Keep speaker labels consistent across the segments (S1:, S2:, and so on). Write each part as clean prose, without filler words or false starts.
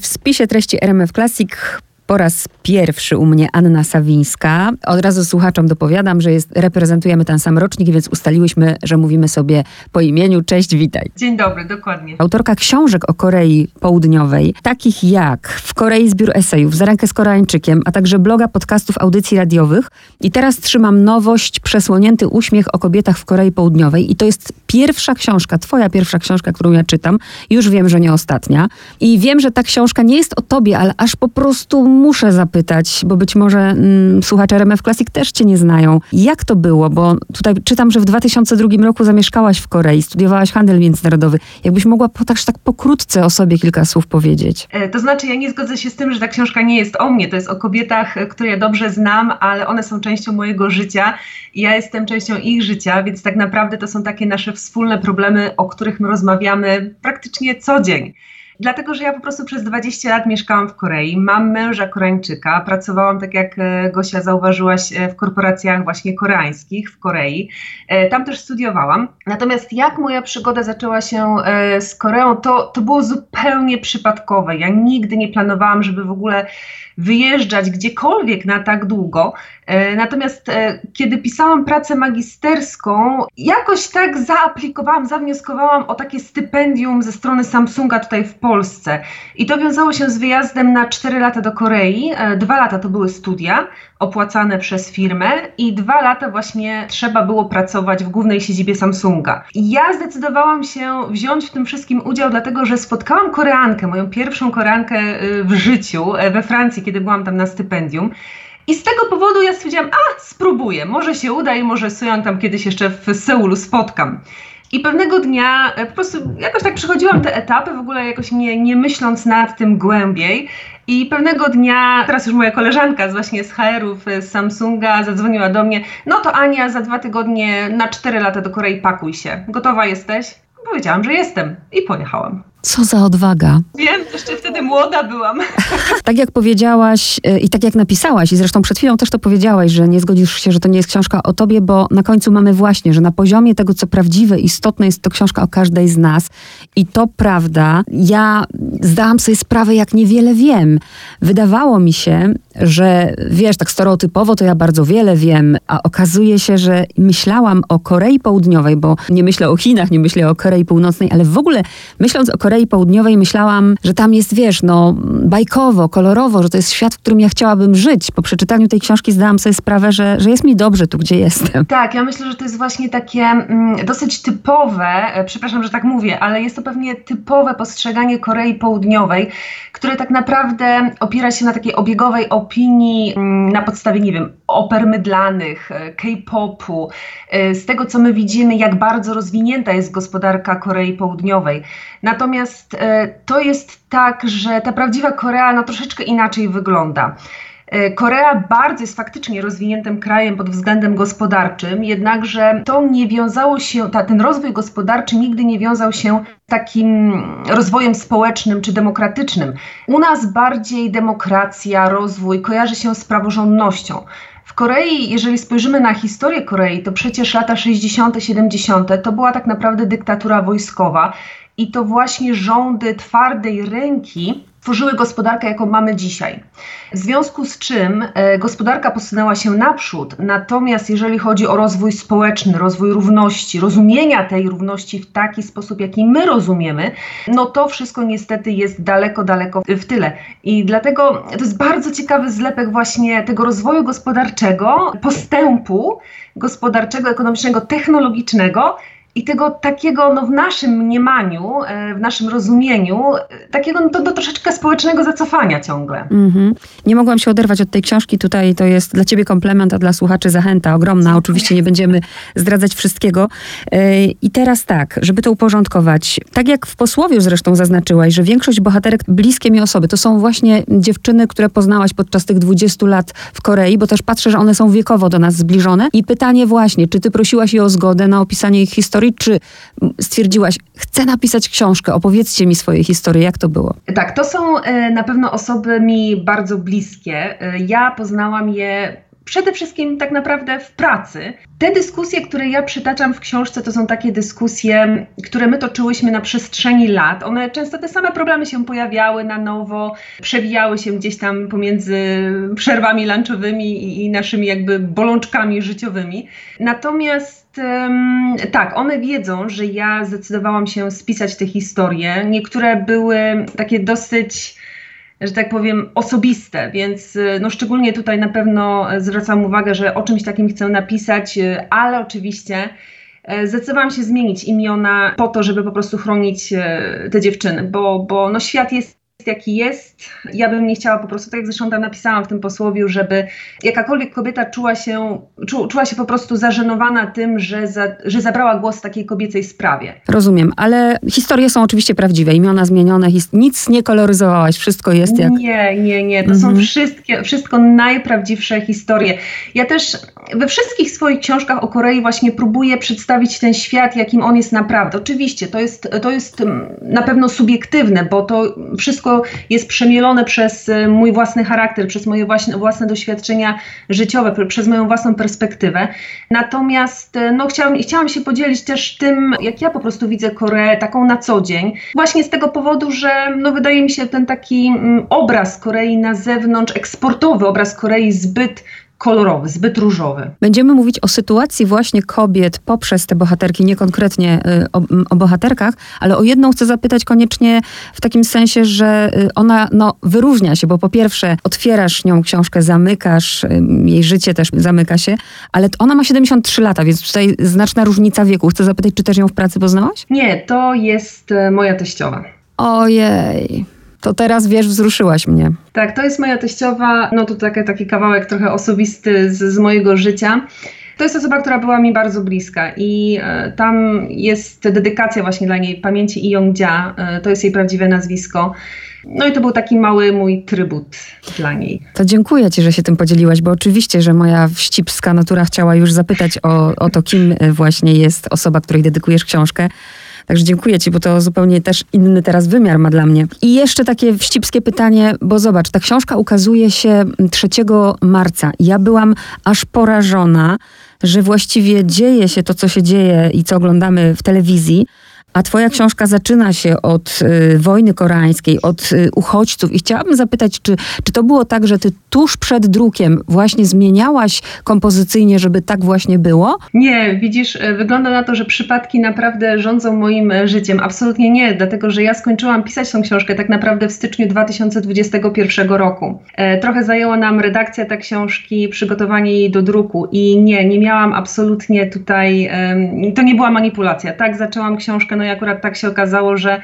S1: spisie treści RMF Classic po raz pierwszy u mnie Anna Sawińska. Od razu słuchaczom dopowiadam, że reprezentujemy ten sam rocznik, więc ustaliłyśmy, że mówimy sobie po imieniu. Cześć, witaj.
S2: Dzień dobry, dokładnie.
S1: Autorka książek o Korei Południowej, takich jak W Korei zbiór esejów, Za rękę z Koreańczykiem, a także bloga, podcastów, audycji radiowych. I teraz trzymam nowość, Przesłonięty uśmiech o kobietach w Korei Południowej. I to jest pierwsza książka, twoja pierwsza książka, którą ja czytam. Już wiem, że nie ostatnia. I wiem, że ta książka nie jest o tobie, ale aż po prostu muszę zapytać, bo być może słuchacze RMF Classic też cię nie znają. Jak to było? Bo tutaj czytam, że w 2002 roku zamieszkałaś w Korei, studiowałaś handel międzynarodowy. Jakbyś mogła tak pokrótce o sobie kilka słów powiedzieć.
S2: To znaczy, ja nie zgodzę się z tym, że ta książka nie jest o mnie. To jest o kobietach, które ja dobrze znam, ale one są częścią mojego życia i ja jestem częścią ich życia, więc tak naprawdę to są takie nasze wspólne problemy, o których my rozmawiamy praktycznie co dzień. Dlatego, że ja po prostu przez 20 lat mieszkałam w Korei, mam męża Koreańczyka, pracowałam, tak jak Gosia zauważyłaś, w korporacjach właśnie koreańskich w Korei. Tam też studiowałam. Natomiast jak moja przygoda zaczęła się z Koreą, to było zupełnie przypadkowe. Ja nigdy nie planowałam, żeby w ogóle wyjeżdżać gdziekolwiek na tak długo. Natomiast kiedy pisałam pracę magisterską, jakoś tak zawnioskowałam o takie stypendium ze strony Samsunga tutaj w Polsce. I to wiązało się z wyjazdem na 4 lata do Korei. 2 lata to były studia opłacane przez firmę i 2 lata właśnie trzeba było pracować w głównej siedzibie Samsunga. I ja zdecydowałam się wziąć w tym wszystkim udział, dlatego że spotkałam Koreankę, moją pierwszą Koreankę w życiu we Francji, kiedy byłam tam na stypendium. I z tego powodu ja stwierdziłam, spróbuję, może się uda i może Sojeon tam kiedyś jeszcze w Seulu spotkam. I pewnego dnia po prostu jakoś tak przechodziłam te etapy, w ogóle jakoś nie myśląc nad tym głębiej. I pewnego dnia, teraz już moja koleżanka właśnie z HR-ów, z Samsunga zadzwoniła do mnie, no to Ania, za 2 tygodnie na 4 lata do Korei, pakuj się. Gotowa jesteś? Powiedziałam, że jestem i pojechałam.
S1: Co za odwaga.
S2: Wiem, jeszcze wtedy młoda byłam.
S1: Tak jak powiedziałaś i tak jak napisałaś, i zresztą przed chwilą też to powiedziałaś, że nie zgodzisz się, że to nie jest książka o tobie, bo na końcu mamy właśnie, że na poziomie tego, co prawdziwe, istotne, jest to książka o każdej z nas. I to prawda. Ja zdałam sobie sprawę, jak niewiele wiem. Wydawało mi się, że wiesz, tak stereotypowo to ja bardzo wiele wiem, a okazuje się, że myślałam o Korei Południowej, bo nie myślę o Chinach, nie myślę o Korei Północnej, ale w ogóle myśląc o Korei Południowej myślałam, że tam jest, wiesz, bajkowo, kolorowo, że to jest świat, w którym ja chciałabym żyć. Po przeczytaniu tej książki zdałam sobie sprawę, że jest mi dobrze tu, gdzie jestem.
S2: Tak, ja myślę, że to jest właśnie takie dosyć typowe, przepraszam, że tak mówię, ale jest to pewnie typowe postrzeganie Korei Południowej, które tak naprawdę opiera się na takiej obiegowej opinii na podstawie, nie wiem, oper mydlanych, K-popu, z tego, co my widzimy, jak bardzo rozwinięta jest gospodarka Korei Południowej. Natomiast to jest tak, że ta prawdziwa Korea troszeczkę inaczej wygląda. Korea bardzo jest faktycznie rozwiniętym krajem pod względem gospodarczym, jednakże to nie wiązało się, ten rozwój gospodarczy nigdy nie wiązał się z takim rozwojem społecznym czy demokratycznym. U nas bardziej demokracja, rozwój kojarzy się z praworządnością. W Korei, jeżeli spojrzymy na historię Korei, to przecież lata 60., 70. to była tak naprawdę dyktatura wojskowa i to właśnie rządy twardej ręki tworzyły gospodarkę, jaką mamy dzisiaj. W związku z czym gospodarka posunęła się naprzód, natomiast jeżeli chodzi o rozwój społeczny, rozwój równości, rozumienia tej równości w taki sposób, jaki my rozumiemy, to wszystko niestety jest daleko, daleko w tyle. I dlatego to jest bardzo ciekawy zlepek właśnie tego rozwoju gospodarczego, postępu gospodarczego, ekonomicznego, technologicznego, i tego takiego, w naszym mniemaniu, w naszym rozumieniu, takiego do troszeczkę społecznego zacofania ciągle.
S1: Nie mogłam się oderwać od tej książki. Tutaj to jest dla ciebie komplement, a dla słuchaczy zachęta ogromna. Oczywiście nie będziemy zdradzać wszystkiego. I teraz tak, żeby to uporządkować. Tak jak w posłowiu zresztą zaznaczyłaś, że większość bohaterek bliskie mi osoby to są właśnie dziewczyny, które poznałaś podczas tych 20 lat w Korei, bo też patrzę, że one są wiekowo do nas zbliżone. I pytanie właśnie, czy ty prosiłaś je o zgodę na opisanie ich historii, czy stwierdziłaś, chcę napisać książkę, opowiedzcie mi swoje historie, jak to było?
S2: Tak, to są na pewno osoby mi bardzo bliskie. Ja poznałam je przede wszystkim tak naprawdę w pracy. Te dyskusje, które ja przytaczam w książce, to są takie dyskusje, które my toczyłyśmy na przestrzeni lat. One często te same problemy się pojawiały na nowo, przewijały się gdzieś tam pomiędzy przerwami lunchowymi i naszymi jakby bolączkami życiowymi. Natomiast tak, one wiedzą, że ja zdecydowałam się spisać te historie. Niektóre były takie dosyć, że tak powiem, osobiste, więc no szczególnie tutaj na pewno zwracam uwagę, że o czymś takim chcę napisać, ale oczywiście zdecydowałam się zmienić imiona po to, żeby po prostu chronić te dziewczyny, bo no świat jest jaki jest. Ja bym nie chciała po prostu, tak jak zresztą tam napisałam w tym posłowiu, żeby jakakolwiek kobieta czuła się po prostu zażenowana tym, że zabrała głos w takiej kobiecej sprawie.
S1: Rozumiem, ale historie są oczywiście prawdziwe, imiona zmienione, nic nie koloryzowałaś, wszystko jest jak...
S2: Nie, to są wszystko najprawdziwsze historie. Ja też we wszystkich swoich książkach o Korei właśnie próbuję przedstawić ten świat, jakim on jest naprawdę. Oczywiście, to jest na pewno subiektywne, bo to wszystko jest przemielone przez mój własny charakter, przez moje własne doświadczenia życiowe, przez moją własną perspektywę. Natomiast no, chciałam się podzielić też tym, jak ja po prostu widzę Koreę taką na co dzień. Właśnie z tego powodu, że no, wydaje mi się ten taki obraz Korei na zewnątrz, eksportowy obraz Korei zbyt kolorowy, zbyt różowy.
S1: Będziemy mówić o sytuacji właśnie kobiet poprzez te bohaterki, nie konkretnie o bohaterkach, ale o jedną chcę zapytać koniecznie w takim sensie, że ona wyróżnia się, bo po pierwsze otwierasz nią książkę, zamykasz, jej życie też zamyka się, ale ona ma 73 lata, więc tutaj znaczna różnica wieku. Chcę zapytać, czy też ją w pracy poznałaś?
S2: Nie, to jest moja teściowa.
S1: Ojej... To teraz wiesz, wzruszyłaś mnie.
S2: Tak, to jest moja teściowa, no to taki kawałek trochę osobisty z mojego życia. To jest osoba, która była mi bardzo bliska i tam jest dedykacja właśnie dla niej pamięci Lee Young-ja, to jest jej prawdziwe nazwisko. No i to był taki mały mój trybut dla niej.
S1: To dziękuję Ci, że się tym podzieliłaś, bo oczywiście, że moja wścibska natura chciała już zapytać o to, kim właśnie jest osoba, której dedykujesz książkę. Także dziękuję Ci, bo to zupełnie też inny teraz wymiar ma dla mnie. I jeszcze takie wścibskie pytanie, bo zobacz, ta książka ukazuje się 3 marca. Ja byłam aż porażona, że właściwie dzieje się to, co się dzieje i co oglądamy w telewizji, a Twoja książka zaczyna się od wojny koreańskiej, od uchodźców. I chciałabym zapytać, czy to było tak, że Ty tuż przed drukiem właśnie zmieniałaś kompozycyjnie, żeby tak właśnie było?
S2: Nie, widzisz, wygląda na to, że przypadki naprawdę rządzą moim życiem. Absolutnie nie, dlatego że ja skończyłam pisać tą książkę tak naprawdę w styczniu 2021 roku. Trochę zajęła nam redakcja tej książki, przygotowanie jej do druku i nie miałam absolutnie tutaj, to nie była manipulacja. Tak, zaczęłam książkę, no i akurat tak się okazało, że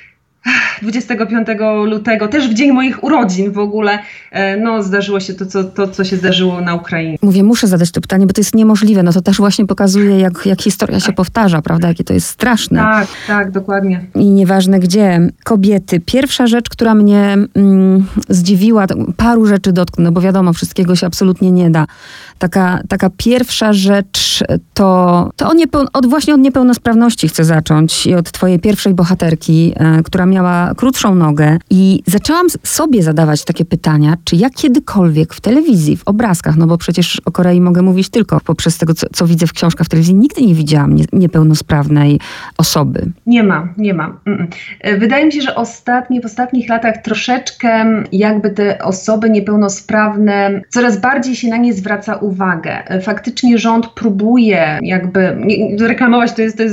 S2: 25 lutego, też w dzień moich urodzin w ogóle, no zdarzyło się to, co się zdarzyło na Ukrainie.
S1: Mówię, muszę zadać to pytanie, bo to jest niemożliwe. No to też właśnie pokazuje, jak historia się powtarza, prawda? Jakie to jest straszne.
S2: Tak, dokładnie.
S1: I nieważne gdzie. Kobiety. Pierwsza rzecz, która mnie zdziwiła, paru rzeczy dotknę, no bo wiadomo, wszystkiego się absolutnie nie da. Taka pierwsza rzecz to właśnie od niepełnosprawności chcę zacząć i od twojej pierwszej bohaterki, która miała krótszą nogę i zaczęłam sobie zadawać takie pytania, czy ja kiedykolwiek w telewizji, w obrazkach, no bo przecież o Korei mogę mówić tylko poprzez tego, co widzę w książkach w telewizji, nigdy nie widziałam niepełnosprawnej osoby.
S2: Nie ma. Wydaje mi się, że w ostatnich latach troszeczkę jakby te osoby niepełnosprawne, coraz bardziej się na nie zwraca uwagę. Faktycznie rząd próbuje jakby, reklamować to jest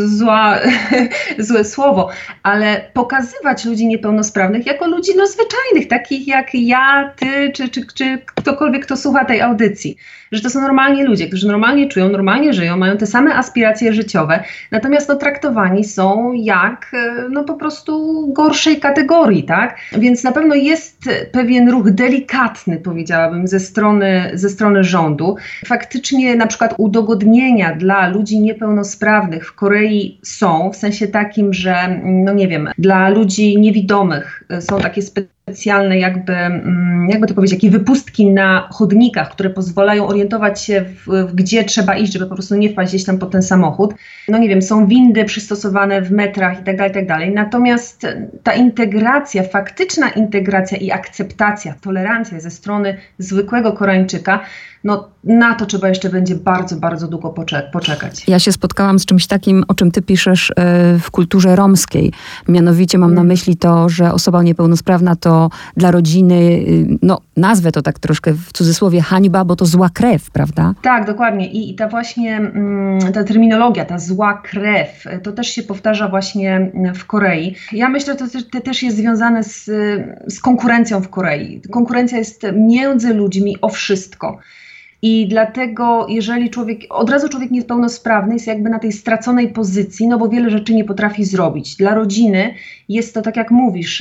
S2: złe słowo, ale pokazywać ludzi niepełnosprawnych jako ludzi zwyczajnych, takich jak ja, ty, czy ktokolwiek, kto słucha tej audycji. Że to są normalnie ludzie, którzy normalnie czują, normalnie żyją, mają te same aspiracje życiowe, natomiast traktowani są jak po prostu gorszej kategorii, tak? Więc na pewno jest pewien ruch delikatny, powiedziałabym, ze strony rządu. Faktycznie na przykład udogodnienia dla ludzi niepełnosprawnych w Korei są, w sensie takim, że dla ludzi niewidomych są takie specjalne specjalne jakby to powiedzieć, jakie wypustki na chodnikach, które pozwalają orientować się gdzie trzeba iść, żeby po prostu nie wpaść gdzieś tam pod ten samochód. No nie wiem, są windy przystosowane w metrach i tak dalej, i tak dalej. Natomiast ta integracja, faktyczna integracja i akceptacja, tolerancja ze strony zwykłego Koreańczyka, no na to trzeba jeszcze będzie bardzo, bardzo długo poczekać.
S1: Ja się spotkałam z czymś takim, o czym ty piszesz w kulturze romskiej. Mianowicie mam na myśli to, że osoba niepełnosprawna to dla rodziny, no nazwę to tak troszkę w cudzysłowie hańba, bo to zła krew, prawda?
S2: Tak, dokładnie. I ta właśnie, ta terminologia, ta zła krew, to też się powtarza właśnie w Korei. Ja myślę, że to też jest związane z konkurencją w Korei. Konkurencja jest między ludźmi o wszystko. I dlatego, jeżeli od razu człowiek niepełnosprawny jest jakby na tej straconej pozycji, no bo wiele rzeczy nie potrafi zrobić. Dla rodziny jest to, tak jak mówisz,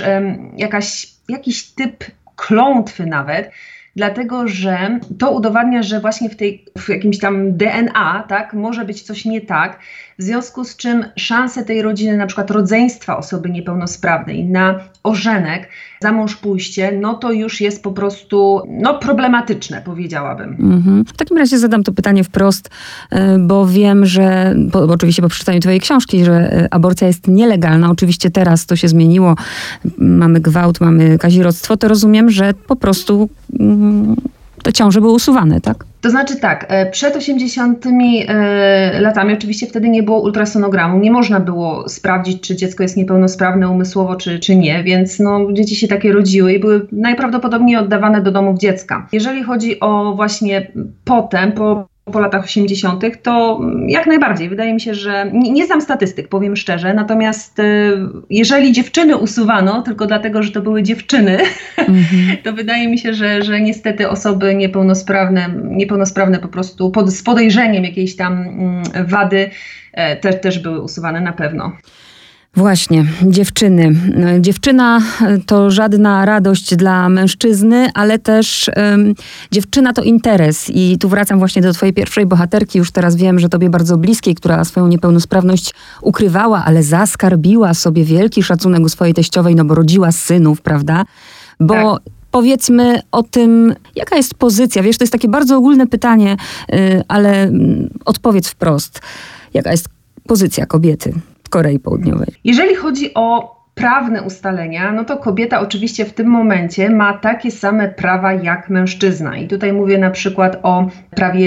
S2: jakiś typ klątwy nawet, dlatego że to udowadnia, że właśnie w jakimś tam DNA, tak, może być coś nie tak, w związku z czym szanse tej rodziny, na przykład rodzeństwa osoby niepełnosprawnej na ożenek, za mąż pójście, no to już jest po prostu problematyczne, powiedziałabym.
S1: W takim razie zadam to pytanie wprost, bo wiem, że, oczywiście po przeczytaniu twojej książki, że aborcja jest nielegalna. Oczywiście teraz to się zmieniło. Mamy gwałt, mamy kazirodztwo. To rozumiem, że po prostu te ciąże były usuwane, tak?
S2: To znaczy tak, przed 80 latami oczywiście wtedy nie było ultrasonogramu, nie można było sprawdzić, czy dziecko jest niepełnosprawne umysłowo, czy nie, więc dzieci się takie rodziły i były najprawdopodobniej oddawane do domów dziecka. Jeżeli chodzi o właśnie potem, po latach 80., to jak najbardziej. Wydaje mi się, że nie znam statystyk, powiem szczerze, natomiast jeżeli dziewczyny usuwano tylko dlatego, że to były dziewczyny, to wydaje mi się, że niestety osoby niepełnosprawne po prostu z podejrzeniem jakiejś tam wady też były usuwane na pewno.
S1: Właśnie, dziewczyny. Dziewczyna to żadna radość dla mężczyzny, ale też dziewczyna to interes. I tu wracam właśnie do twojej pierwszej bohaterki. Już teraz wiem, że tobie bardzo bliskiej, która swoją niepełnosprawność ukrywała, ale zaskarbiła sobie wielki szacunek u swojej teściowej, no bo rodziła synów, prawda? Bo tak. Powiedzmy o tym, jaka jest pozycja. Wiesz, to jest takie bardzo ogólne pytanie, ale odpowiedz wprost. Jaka jest pozycja kobiety w Korei Południowej?
S2: Jeżeli chodzi o prawne ustalenia, no to kobieta oczywiście w tym momencie ma takie same prawa jak mężczyzna. I tutaj mówię na przykład o prawie,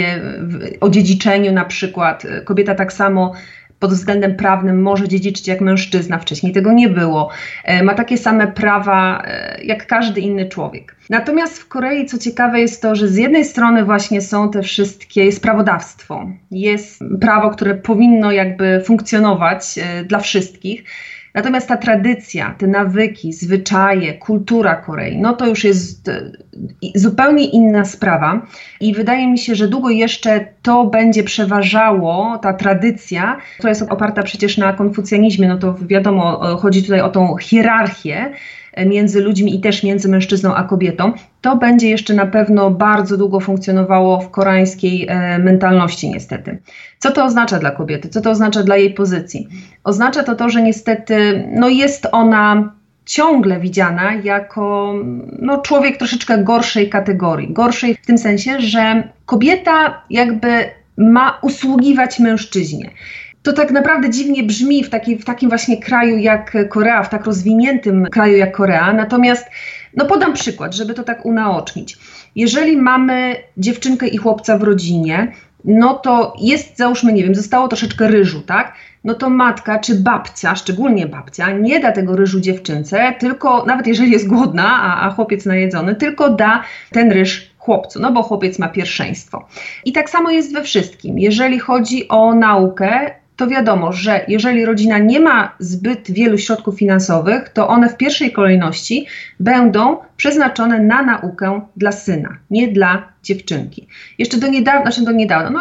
S2: o dziedziczeniu na przykład. Kobieta tak samo pod względem prawnym może dziedziczyć jak mężczyzna. Wcześniej tego nie było. Ma takie same prawa jak każdy inny człowiek. Natomiast w Korei, co ciekawe, jest to, że z jednej strony właśnie są te wszystkie, jest prawodawstwo. Jest prawo, które powinno jakby funkcjonować dla wszystkich. Natomiast ta tradycja, te nawyki, zwyczaje, kultura Korei, no to już jest zupełnie inna sprawa i wydaje mi się, że długo jeszcze to będzie przeważało, ta tradycja, która jest oparta przecież na konfucjanizmie, no to wiadomo, chodzi tutaj o tą hierarchię między ludźmi i też między mężczyzną a kobietą. To będzie jeszcze na pewno bardzo długo funkcjonowało w koreańskiej mentalności niestety. Co to oznacza dla kobiety? Co to oznacza dla jej pozycji? Oznacza to, że niestety jest ona ciągle widziana jako człowiek troszeczkę gorszej kategorii. Gorszej w tym sensie, że kobieta jakby ma usługiwać mężczyźnie. To tak naprawdę dziwnie brzmi w takim właśnie kraju jak Korea, w tak rozwiniętym kraju jak Korea. Natomiast podam przykład, żeby to tak unaocznić. Jeżeli mamy dziewczynkę i chłopca w rodzinie, no to jest, załóżmy, nie wiem, zostało troszeczkę ryżu, tak? No to matka czy babcia, szczególnie babcia, nie da tego ryżu dziewczynce, tylko nawet jeżeli jest głodna, a chłopiec najedzony, tylko da ten ryż chłopcu, no bo chłopiec ma pierwszeństwo. I tak samo jest we wszystkim. Jeżeli chodzi o naukę, to wiadomo, że jeżeli rodzina nie ma zbyt wielu środków finansowych, to one w pierwszej kolejności będą przeznaczone na naukę dla syna, nie dla dziewczynki. Jeszcze do niedawna,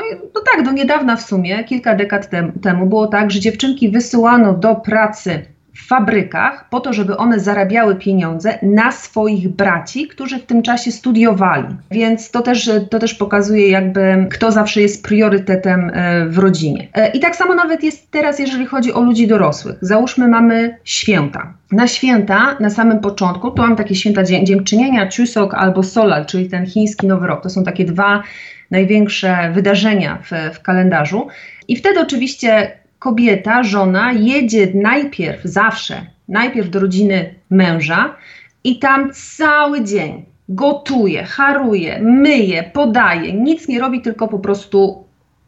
S2: do niedawna w sumie, kilka dekad temu było tak, że dziewczynki wysyłano do pracy w fabrykach po to, żeby one zarabiały pieniądze na swoich braci, którzy w tym czasie studiowali. Więc to też pokazuje jakby, kto zawsze jest priorytetem w rodzinie. I tak samo nawet jest teraz, jeżeli chodzi o ludzi dorosłych. Załóżmy, mamy święta. Na święta, na samym początku, tu mam takie święta Dziękczynienia, Chuseok albo Solal, czyli ten chiński Nowy Rok. To są takie dwa największe wydarzenia w kalendarzu. I wtedy oczywiście kobieta, żona jedzie najpierw do rodziny męża i tam cały dzień gotuje, haruje, myje, podaje, nic nie robi, tylko po prostu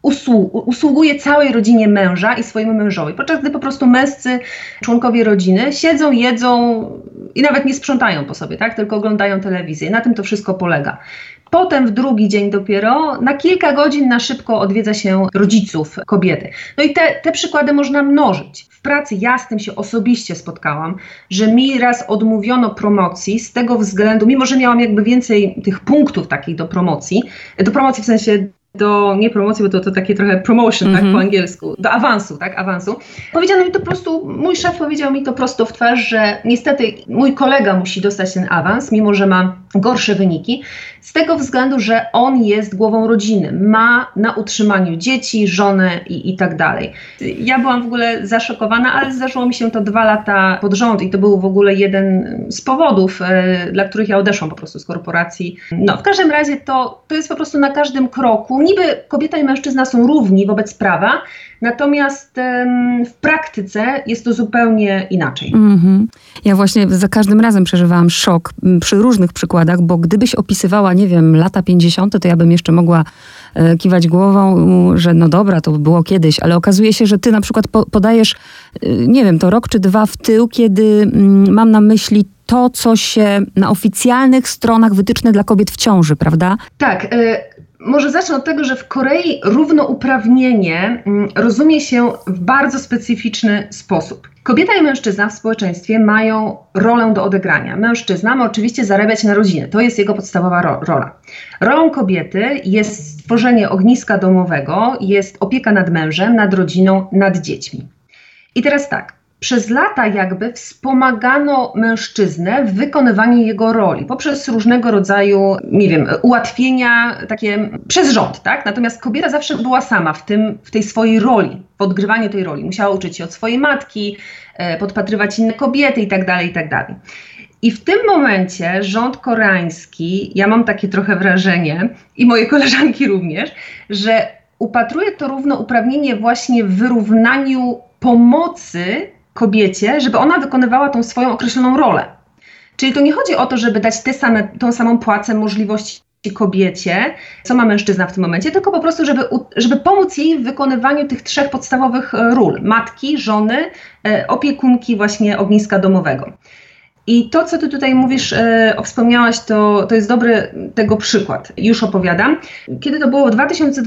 S2: usługuje całej rodzinie męża i swojemu mężowi. Podczas gdy po prostu męscy członkowie rodziny siedzą, jedzą i nawet nie sprzątają po sobie, tak? Tylko oglądają telewizję. Na tym to wszystko polega. Potem w drugi dzień dopiero na kilka godzin na szybko odwiedza się rodziców kobiety. No i te przykłady można mnożyć. W pracy ja z tym się osobiście spotkałam, że mi raz odmówiono promocji z tego względu, mimo że miałam jakby więcej tych punktów takich do promocji w sensie nie promocji, bo to takie trochę promotion, tak, po angielsku, do awansu, Powiedziano mi to po prostu, mój szef powiedział mi to prosto w twarz, że niestety mój kolega musi dostać ten awans, mimo że ma gorsze wyniki, z tego względu, że on jest głową rodziny, ma na utrzymaniu dzieci, żonę i tak dalej. Ja byłam w ogóle zaszokowana, ale zdarzyło mi się to 2 lata pod rząd i to był w ogóle jeden z powodów, dla których ja odeszłam po prostu z korporacji. No, w każdym razie to jest po prostu na każdym kroku. Niby kobieta i mężczyzna są równi wobec prawa, natomiast w praktyce jest to zupełnie inaczej.
S1: Ja właśnie za każdym razem przeżywałam szok przy różnych przykładach, bo gdybyś opisywała, nie wiem, lata 50., to ja bym jeszcze mogła kiwać głową, że no dobra, to było kiedyś, ale okazuje się, że ty na przykład podajesz, nie wiem, to rok czy 2 w tył, kiedy mam na myśli to, co się na oficjalnych stronach wytycznych dla kobiet w ciąży, prawda?
S2: Tak, może zacznę od tego, że w Korei równouprawnienie rozumie się w bardzo specyficzny sposób. Kobieta i mężczyzna w społeczeństwie mają rolę do odegrania. Mężczyzna ma oczywiście zarabiać na rodzinę. To jest jego podstawowa rola. Rolą kobiety jest stworzenie ogniska domowego, jest opieka nad mężem, nad rodziną, nad dziećmi. I teraz tak. Przez lata jakby wspomagano mężczyznę w wykonywaniu jego roli poprzez różnego rodzaju, nie wiem, ułatwienia takie przez rząd, tak? Natomiast kobieta zawsze była sama w tej swojej roli, w odgrywaniu tej roli. Musiała uczyć się od swojej matki, podpatrywać inne kobiety i tak dalej, i tak dalej. I w tym momencie rząd koreański, ja mam takie trochę wrażenie i moje koleżanki również, że upatruje to równouprawnienie właśnie w wyrównaniu pomocy kobiecie, żeby ona wykonywała tą swoją określoną rolę. Czyli to nie chodzi o to, żeby dać tą samą płacę, możliwości kobiecie, co ma mężczyzna w tym momencie, tylko po prostu, żeby pomóc jej w wykonywaniu tych 3 podstawowych ról. Matki, żony, opiekunki właśnie ogniska domowego. I to, co ty tutaj mówisz, wspomniałaś, to jest dobry tego przykład. Już opowiadam. Kiedy to było w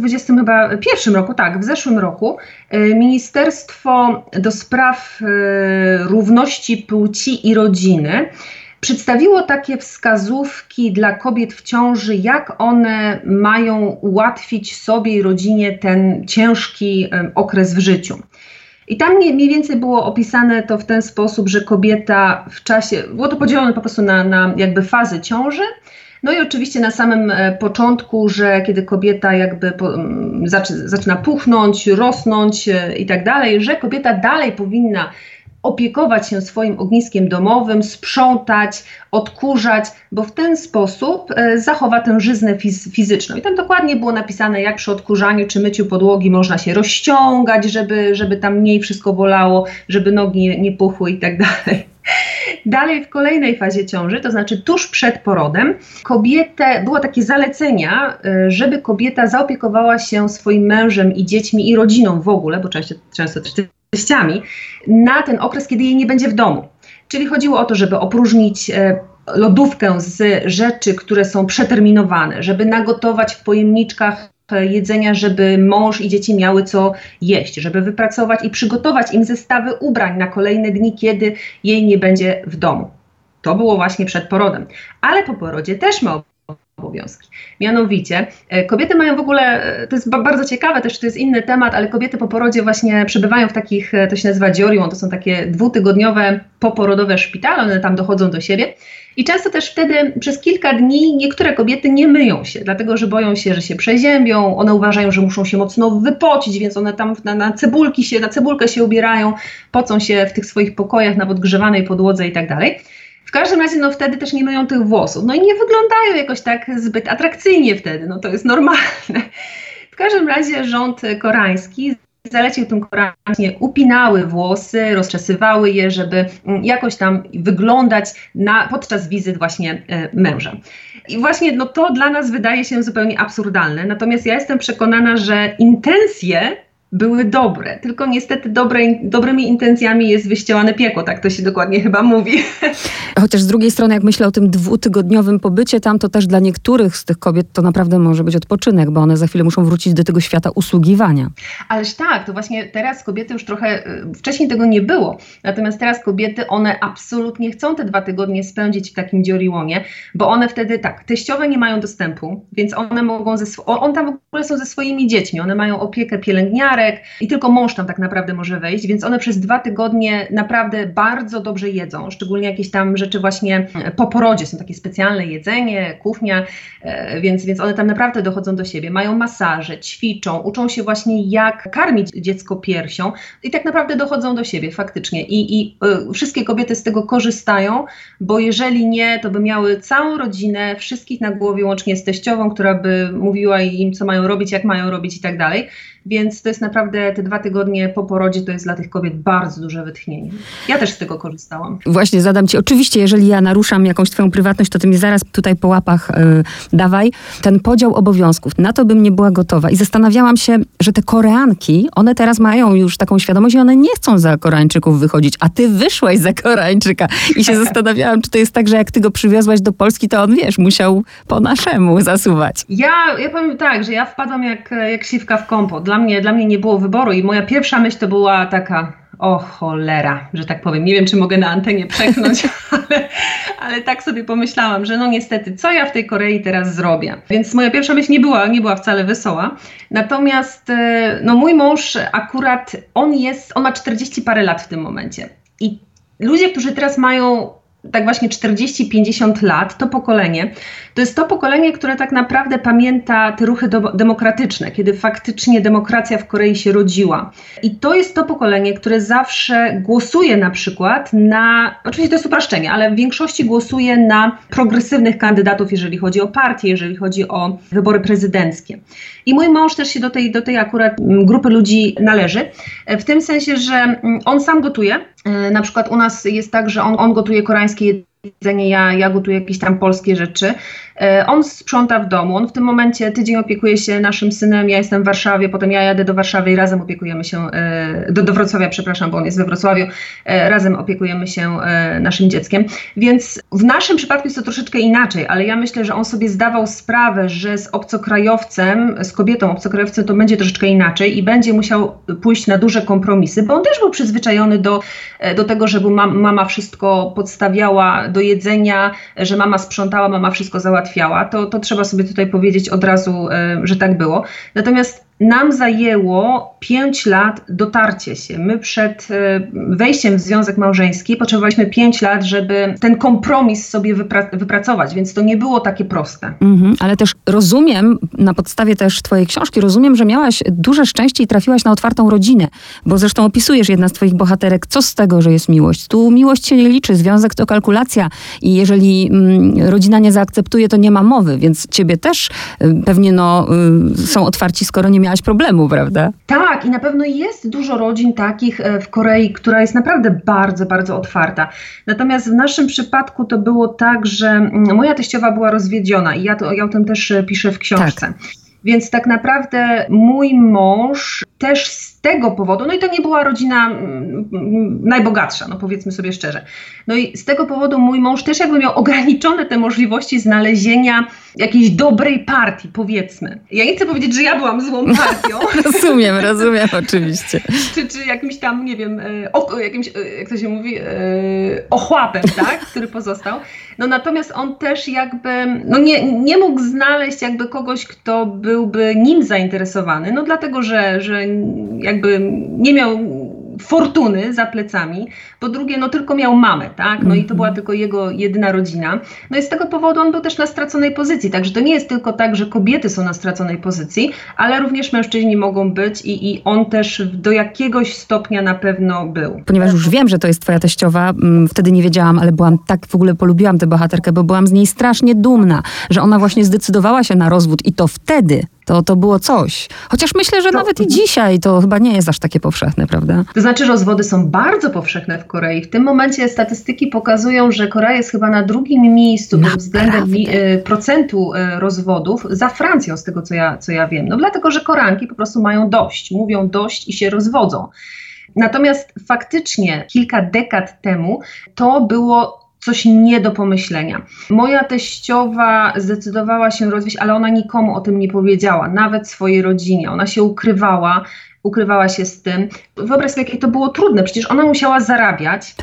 S2: 2021 roku, tak, w zeszłym roku, Ministerstwo do Spraw Równości Płci i Rodziny przedstawiło takie wskazówki dla kobiet w ciąży, jak one mają ułatwić sobie i rodzinie ten ciężki okres w życiu. I tam mniej więcej było opisane to w ten sposób, że kobieta w czasie, było to podzielone po prostu na jakby fazy ciąży, no i oczywiście na samym początku, że kiedy kobieta jakby zaczyna puchnąć, rosnąć i tak dalej, że kobieta dalej powinna opiekować się swoim ogniskiem domowym, sprzątać, odkurzać, bo w ten sposób zachowa tę żyznę fizyczną. I tam dokładnie było napisane, jak przy odkurzaniu czy myciu podłogi można się rozciągać, żeby tam mniej wszystko bolało, żeby nogi nie puchły i tak dalej. Dalej w kolejnej fazie ciąży, to znaczy tuż przed porodem, było takie zalecenia, żeby kobieta zaopiekowała się swoim mężem i dziećmi i rodziną w ogóle, bo często też teściami, na ten okres, kiedy jej nie będzie w domu. Czyli chodziło o to, żeby opróżnić lodówkę z rzeczy, które są przeterminowane, żeby nagotować w pojemniczkach jedzenia, żeby mąż i dzieci miały co jeść, żeby wypracować i przygotować im zestawy ubrań na kolejne dni, kiedy jej nie będzie w domu. To było właśnie przed porodem. Ale po porodzie też ma obowiązki. Mianowicie kobiety mają w ogóle, to jest bardzo ciekawe też, to jest inny temat, ale kobiety po porodzie właśnie przebywają w takich, to się nazywa diorią, to są takie 2-tygodniowe poporodowe szpitale, one tam dochodzą do siebie. I często też wtedy przez kilka dni niektóre kobiety nie myją się, dlatego że boją się, że się przeziębią, one uważają, że muszą się mocno wypocić, więc one tam na cebulkę się ubierają, pocą się w tych swoich pokojach na podgrzewanej podłodze i tak dalej. W każdym razie wtedy też nie myją tych włosów, i nie wyglądają jakoś tak zbyt atrakcyjnie wtedy, to jest normalne. W każdym razie rząd koreański zalecił tym Koreanom, upinały włosy, rozczesywały je, żeby jakoś tam wyglądać podczas wizyt właśnie męża. I właśnie to dla nas wydaje się zupełnie absurdalne, natomiast ja jestem przekonana, że intencje były dobre, tylko niestety dobrymi intencjami jest wyścielane piekło, tak to się dokładnie chyba mówi.
S1: Chociaż z drugiej strony, jak myślę o tym 2-tygodniowym pobycie tam, to też dla niektórych z tych kobiet to naprawdę może być odpoczynek, bo one za chwilę muszą wrócić do tego świata usługiwania.
S2: Ależ tak, to właśnie teraz kobiety już trochę, wcześniej tego nie było, natomiast teraz kobiety, one absolutnie chcą te 2 tygodnie spędzić w takim dioriłonie, bo one wtedy teściowe nie mają dostępu, więc one mogą one tam w ogóle są ze swoimi dziećmi, one mają opiekę pielęgniarek i tylko mąż tam tak naprawdę może wejść, więc one przez 2 tygodnie naprawdę bardzo dobrze jedzą, szczególnie jakieś tam rzeczy właśnie po porodzie, są takie specjalne jedzenie, kuchnia, więc one tam naprawdę dochodzą do siebie, mają masaże, ćwiczą, uczą się właśnie jak karmić dziecko piersią i tak naprawdę dochodzą do siebie faktycznie i wszystkie kobiety z tego korzystają, bo jeżeli nie, to by miały całą rodzinę, wszystkich na głowie, łącznie z teściową, która by mówiła im, co mają robić, jak mają robić i tak dalej. Więc to jest naprawdę, te 2 tygodnie po porodzie to jest dla tych kobiet bardzo duże wytchnienie. Ja też z tego korzystałam.
S1: Właśnie zadam ci, oczywiście, jeżeli ja naruszam jakąś twoją prywatność, to ty mnie zaraz tutaj po łapach dawaj. Ten podział obowiązków, na to bym nie była gotowa. I zastanawiałam się, że te Koreanki, one teraz mają już taką świadomość i one nie chcą za Koreańczyków wychodzić, a ty wyszłaś za Koreańczyka. I się zastanawiałam, czy to jest tak, że jak ty go przywiozłaś do Polski, to on, musiał po naszemu zasuwać.
S2: Ja powiem tak, że ja wpadłam jak siwka w kompot. Dla mnie nie było wyboru i moja pierwsza myśl to była taka, o cholera, że tak powiem. Nie wiem, czy mogę na antenie przeknąć, ale tak sobie pomyślałam, że niestety, co ja w tej Korei teraz zrobię? Więc moja pierwsza myśl nie była wcale wesoła. Natomiast mój mąż akurat, on ma 40 parę lat w tym momencie. I ludzie, którzy teraz mają tak właśnie 40-50 lat, to jest to pokolenie, które tak naprawdę pamięta te ruchy demokratyczne, kiedy faktycznie demokracja w Korei się rodziła. I to jest to pokolenie, które zawsze głosuje na przykład oczywiście to jest upraszczenie, ale w większości głosuje na progresywnych kandydatów, jeżeli chodzi o partie, jeżeli chodzi o wybory prezydenckie. I mój mąż też się do tej akurat grupy ludzi należy, w tym sensie, że on sam gotuje. Na przykład u nas jest tak, że on gotuje koreańskie jedzenie, ja gotuję jakieś tam polskie rzeczy. On sprząta w domu, on w tym momencie tydzień opiekuje się naszym synem, ja jestem w Warszawie, potem ja jadę do Warszawy i razem opiekujemy się, do Wrocławia, przepraszam, bo on jest we Wrocławiu, razem opiekujemy się naszym dzieckiem. Więc w naszym przypadku jest to troszeczkę inaczej, ale ja myślę, że on sobie zdawał sprawę, że z obcokrajowcem, z kobietą obcokrajowcem to będzie troszeczkę inaczej i będzie musiał pójść na duże kompromisy, bo on też był przyzwyczajony do tego, żeby mama wszystko podstawiała do jedzenia, że mama sprzątała, mama wszystko załatwiała. To trzeba sobie tutaj powiedzieć od razu, że tak było. Natomiast nam zajęło 5 lat dotarcie się. My przed wejściem w związek małżeński potrzebowaliśmy 5 lat, żeby ten kompromis sobie wypracować, więc to nie było takie proste.
S1: Ale też rozumiem, na podstawie też twojej książki, rozumiem, że miałaś duże szczęście i trafiłaś na otwartą rodzinę, bo zresztą opisujesz jedna z twoich bohaterek, co z tego, że jest miłość. Tu miłość się nie liczy, związek to kalkulacja i jeżeli rodzina nie zaakceptuje, to nie ma mowy, więc ciebie też pewnie są otwarci, skoro nie miałaś problemu, prawda?
S2: Tak, i na pewno jest dużo rodzin takich w Korei, która jest naprawdę bardzo, bardzo otwarta. Natomiast w naszym przypadku to było tak, że moja teściowa była rozwiedziona i ja o tym też piszę w książce. Tak. Więc tak naprawdę mój mąż też z tego powodu, i to nie była rodzina najbogatsza, powiedzmy sobie szczerze. I z tego powodu mój mąż też jakby miał ograniczone te możliwości znalezienia jakiejś dobrej partii, powiedzmy. Ja nie chcę powiedzieć, że ja byłam złą partią.
S1: Rozumiem, oczywiście.
S2: Czy jakimś tam, nie wiem, jakimś, jak to się mówi, ochłapem, tak, który pozostał. No natomiast on też jakby nie mógł znaleźć jakby kogoś, kto byłby nim zainteresowany, no dlatego, że jakby nie miał fortuny za plecami, po drugie, no tylko miał mamę, tak, no i to była tylko jego jedyna rodzina, no i z tego powodu on był też na straconej pozycji, także to nie jest tylko tak, że kobiety są na straconej pozycji, ale również mężczyźni mogą być i on też do jakiegoś stopnia na pewno był.
S1: Ponieważ już wiem, że to jest twoja teściowa, wtedy nie wiedziałam, ale w ogóle polubiłam tę bohaterkę, bo byłam z niej strasznie dumna, że ona właśnie zdecydowała się na rozwód i to wtedy. To było coś. Chociaż myślę, że nawet i dzisiaj to chyba nie jest aż takie powszechne, prawda?
S2: To znaczy rozwody są bardzo powszechne w Korei. W tym momencie statystyki pokazują, że Korea jest chyba na drugim miejscu pod względem procentu rozwodów za Francją, z tego co ja wiem. No dlatego, że Koreanki po prostu mają dość, mówią dość i się rozwodzą. Natomiast faktycznie kilka dekad temu to było coś nie do pomyślenia. Moja teściowa zdecydowała się rozwieść, ale ona nikomu o tym nie powiedziała, nawet swojej rodzinie. Ona się ukrywała się z tym. Wyobraź sobie, jakie to było trudne. Przecież ona musiała zarabiać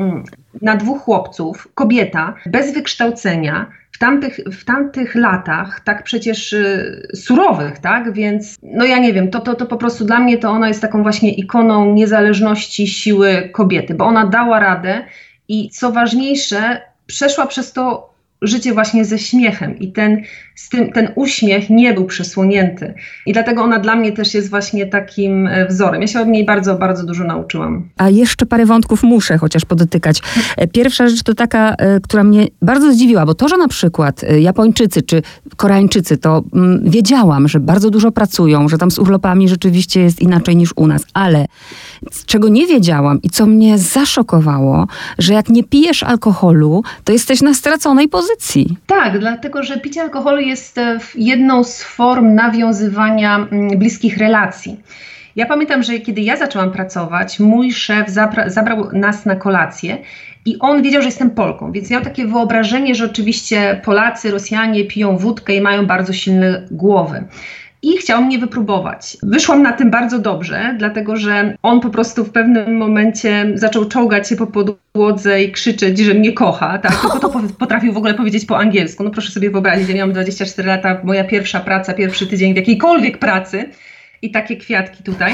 S2: na 2 chłopców, kobieta, bez wykształcenia, w tamtych latach, tak przecież surowych, tak, więc no ja nie wiem, to po prostu dla mnie to ona jest taką właśnie ikoną niezależności, siły kobiety, bo ona dała radę i co ważniejsze, przeszła przez to życie właśnie ze śmiechem i ten uśmiech nie był przesłonięty. I dlatego ona dla mnie też jest właśnie takim wzorem. Ja się od niej bardzo, bardzo dużo nauczyłam.
S1: A jeszcze parę wątków muszę chociaż podotykać. Pierwsza rzecz to taka, która mnie bardzo zdziwiła, bo to, że na przykład Japończycy czy Koreańczycy, to wiedziałam, że bardzo dużo pracują, że tam z urlopami rzeczywiście jest inaczej niż u nas, ale czego nie wiedziałam i co mnie zaszokowało, że jak nie pijesz alkoholu, to jesteś na straconej pozycji.
S2: Tak, dlatego, że picie alkoholu jest jedną z form nawiązywania bliskich relacji. Ja pamiętam, że kiedy ja zaczęłam pracować, mój szef zabrał nas na kolację i on wiedział, że jestem Polką, więc miał takie wyobrażenie, że oczywiście Polacy, Rosjanie piją wódkę i mają bardzo silne głowy. I chciał mnie wypróbować. Wyszłam na tym bardzo dobrze, dlatego że on po prostu w pewnym momencie zaczął czołgać się po podłodze i krzyczeć, że mnie kocha. Tak? Tylko to potrafił w ogóle powiedzieć po angielsku. No proszę sobie wyobrazić, ja miałam 24 lata, moja pierwsza praca, pierwszy tydzień w jakiejkolwiek pracy i takie kwiatki tutaj.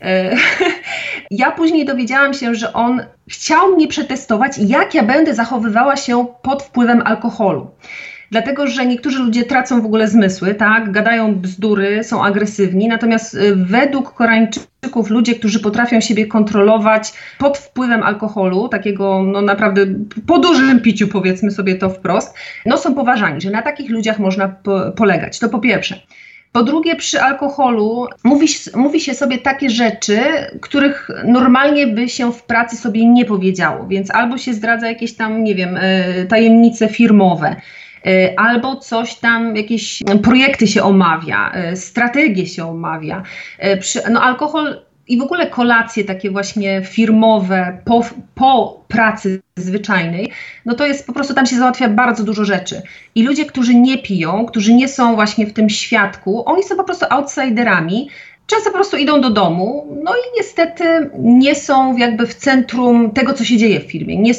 S2: Ja później dowiedziałam się, że on chciał mnie przetestować, jak ja będę zachowywała się pod wpływem alkoholu. Dlatego, że niektórzy ludzie tracą w ogóle zmysły, tak, gadają bzdury, są agresywni, natomiast według Koreańczyków ludzie, którzy potrafią siebie kontrolować pod wpływem alkoholu, takiego no naprawdę po dużym piciu, powiedzmy sobie to wprost, no są poważani, że na takich ludziach można polegać. To po pierwsze. Po drugie, przy alkoholu mówi się sobie takie rzeczy, których normalnie by się w pracy sobie nie powiedziało, więc albo się zdradza jakieś tam, nie wiem, tajemnice firmowe, albo coś tam, jakieś projekty się omawia, strategie się omawia. No alkohol i w ogóle kolacje takie właśnie firmowe po pracy zwyczajnej, no to jest po prostu, tam się załatwia bardzo dużo rzeczy. I ludzie, którzy nie piją, którzy nie są właśnie w tym świadku, oni są po prostu outsiderami, często po prostu idą do domu, no i niestety nie są jakby w centrum tego, co się dzieje w firmie. Nie